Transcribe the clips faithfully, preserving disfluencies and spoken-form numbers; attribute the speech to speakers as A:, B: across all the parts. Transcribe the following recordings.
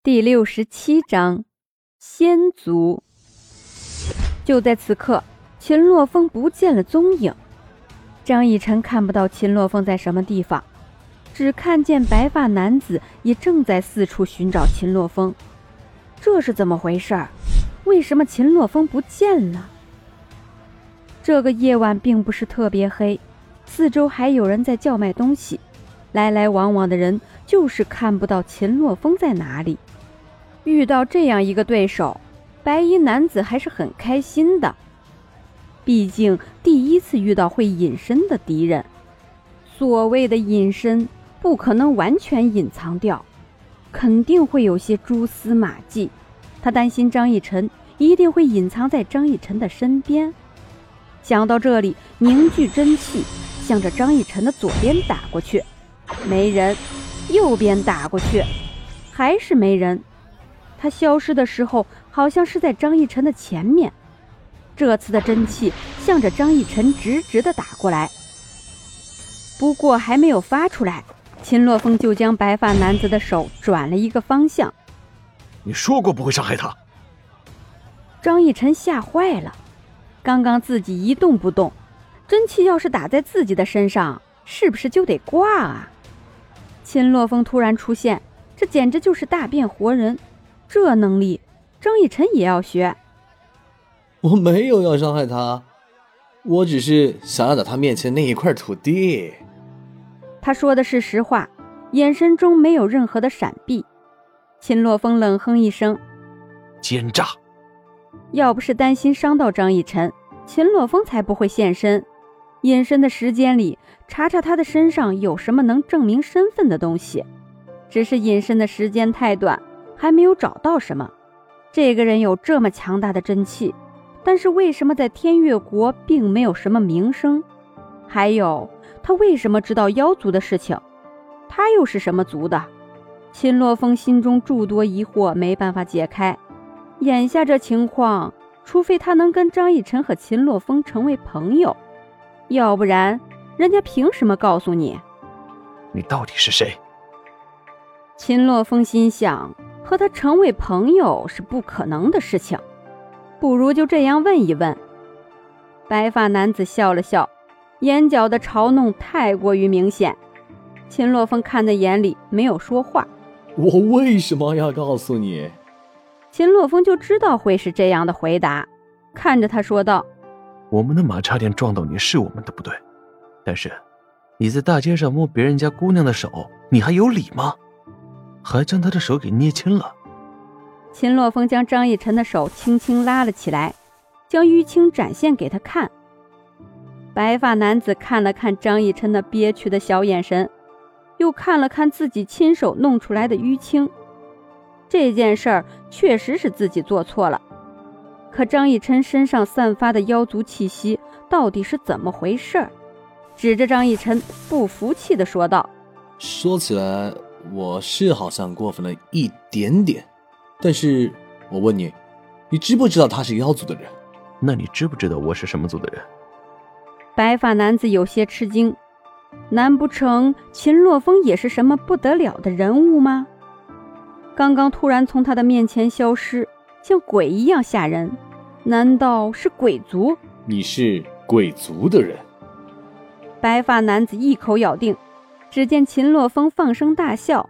A: 第六十七章仙族。就在此刻，秦洛风不见了踪影。张逸晨看不到秦洛风在什么地方，只看见白发男子也正在四处寻找秦洛风。这是怎么回事？为什么秦洛风不见了？这个夜晚并不是特别黑，四周还有人在叫卖东西，来来往往的人就是看不到秦洛风在哪里。遇到这样一个对手，白衣男子还是很开心的，毕竟第一次遇到会隐身的敌人。所谓的隐身不可能完全隐藏掉，肯定会有些蛛丝马迹。他担心张逸晨一定会隐藏在张逸晨的身边。想到这里，凝聚真气，向着张逸晨的左边打过去，没人；右边打过去，还是没人。他消失的时候好像是在张逸晨的前面，这次的真气向着张逸晨直直地打过来。不过还没有发出来，秦洛风就将白发男子的手转了一个方向。
B: 你说过不会伤害他。
A: 张逸晨吓坏了，刚刚自己一动不动，真气要是打在自己的身上，是不是就得挂啊？秦洛风突然出现，这简直就是大变活人，这能力张逸晨也要学。
C: 我没有要伤害他，我只是想要打他面前那一块土地。
A: 他说的是实话，眼神中没有任何的闪避。秦洛风冷哼一声，
B: 奸诈。
A: 要不是担心伤到张逸晨，秦洛风才不会现身。隐身的时间里，查查他的身上有什么能证明身份的东西，只是隐身的时间太短，还没有找到什么。这个人有这么强大的真气，但是为什么在天越国并没有什么名声？还有，他为什么知道妖族的事情？他又是什么族的？秦洛风心中诸多疑惑没办法解开。眼下这情况，除非他能跟张逸晨和秦洛风成为朋友，要不然人家凭什么告诉你？
B: 你到底是谁？
A: 秦洛风心想，和他成为朋友是不可能的事情，不如就这样问一问。白发男子笑了笑，眼角的嘲弄太过于明显。秦洛风看在眼里，没有说话。
C: 我为什么要告诉你？
A: 秦洛风就知道会是这样的回答，看着他说道：
B: 我们的马差点撞到你，是我们的不对，但是你在大街上摸别人家姑娘的手，你还有理吗？还将她的手给捏青了。
A: 秦洛风将张逸晨的手轻轻拉了起来，将淤青展现给他看。白发男子看了看张逸晨那憋屈的小眼神，又看了看自己亲手弄出来的淤青。这件事儿确实是自己做错了，可张逸晨身上散发的妖族气息到底是怎么回事？指着张逸晨不服气地说道：
C: 说起来我是好像过分了一点点，但是我问你，你知不知道他是妖族的人？
B: 那你知不知道我是什么族的人？
A: 白发男子有些吃惊，难不成秦洛风也是什么不得了的人物吗？刚刚突然从他的面前消失，像鬼一样吓人，难道是鬼族？
C: 你是鬼族的人。
A: 白发男子一口咬定。只见秦洛风放声大笑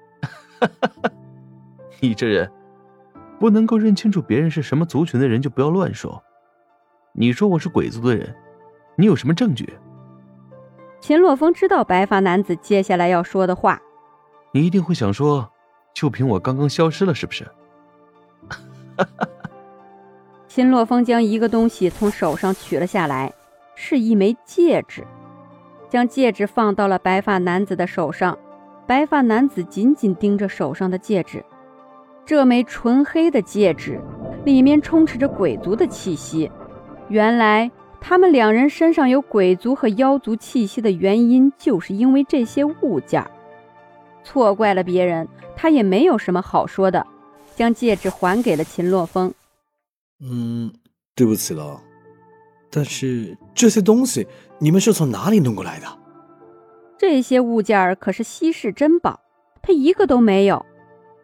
B: 你这人不能够认清楚别人是什么族群的人就不要乱说。你说我是鬼族的人，你有什么证据？
A: 秦洛风知道白发男子接下来要说的话。
B: 你一定会想说，就凭我刚刚消失了是不是？
A: 秦洛风将一个东西从手上取了下来，是一枚戒指，将戒指放到了白发男子的手上。白发男子紧紧盯着手上的戒指，这枚纯黑的戒指里面充斥着鬼族的气息。原来他们两人身上有鬼族和妖族气息的原因，就是因为这些物件。错怪了别人，他也没有什么好说的，将戒指还给了秦洛风。
C: 嗯，对不起了，但是这些东西你们是从哪里弄过来的？
A: 这些物件可是稀世珍宝，他一个都没有。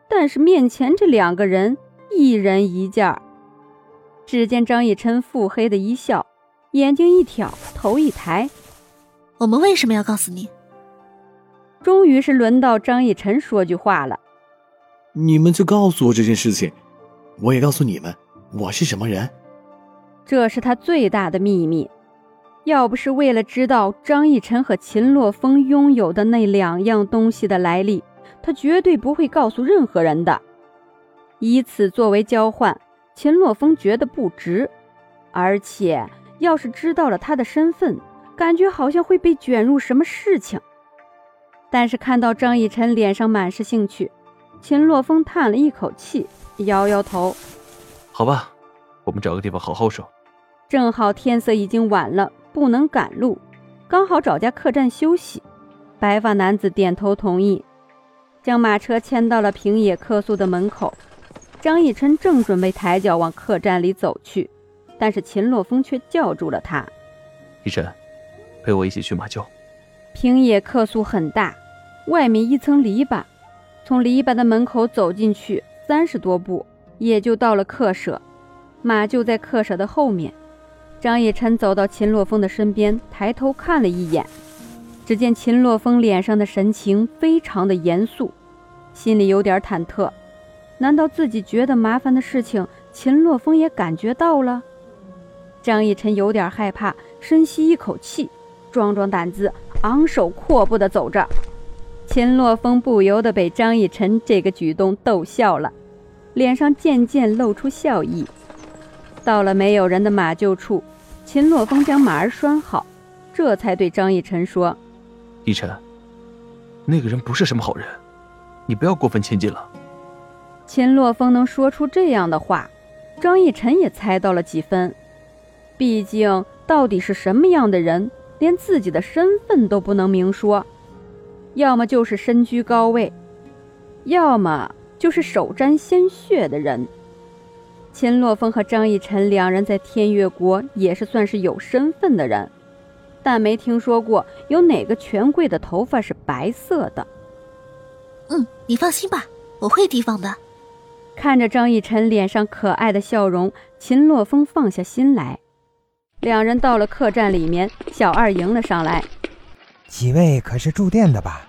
A: 但是面前这两个人一人一件。只见张逸晨腹黑的一笑，眼睛一挑，头一抬。
D: 我们为什么要告诉你？
A: 终于是轮到张逸晨说句话了。
C: 你们就告诉我这件事情，我也告诉你们我是什么人。
A: 这是他最大的秘密，要不是为了知道张逸晨和秦洛风拥有的那两样东西的来历，他绝对不会告诉任何人的。以此作为交换，秦洛风觉得不值，而且要是知道了他的身份，感觉好像会被卷入什么事情。但是看到张逸晨脸上满是兴趣，秦洛风叹了一口气，摇摇头。
B: 好吧，我们找个地方好好说。
A: 正好天色已经晚了，不能赶路，刚好找家客栈休息。白发男子点头同意，将马车牵到了平野客宿的门口。张逸晨正准备抬脚往客栈里走去，但是秦洛风却叫住了他。
B: 逸晨，陪我一起去马厩。
A: 平野客宿很大，外面一层篱笆，从篱笆的门口走进去三十多步，也就到了客舍。马就在客舍的后面。张逸晨走到秦洛风的身边，抬头看了一眼，只见秦洛风脸上的神情非常的严肃，心里有点忐忑。难道自己觉得麻烦的事情，秦洛风也感觉到了？张逸晨有点害怕，深吸一口气，壮壮胆子，昂首阔步地走着。秦洛风不由得被张逸晨这个举动逗笑了，脸上渐渐露出笑意。到了没有人的马厩处，秦洛风将马儿拴好，这才对张逸晨说：
B: 逸晨，那个人不是什么好人，你不要过分亲近了。
A: 秦洛风能说出这样的话，张逸晨也猜到了几分。毕竟到底是什么样的人，连自己的身份都不能明说，要么就是身居高位，要么就是手沾鲜血的人。秦洛风和张逸晨两人在天越国也是算是有身份的人，但没听说过有哪个权贵的头发是白色的。
D: 嗯，你放心吧，我会提防的。
A: 看着张逸晨脸上可爱的笑容，秦洛风放下心来。两人到了客栈里面，小二迎了上来。
E: 几位可是住店的吧？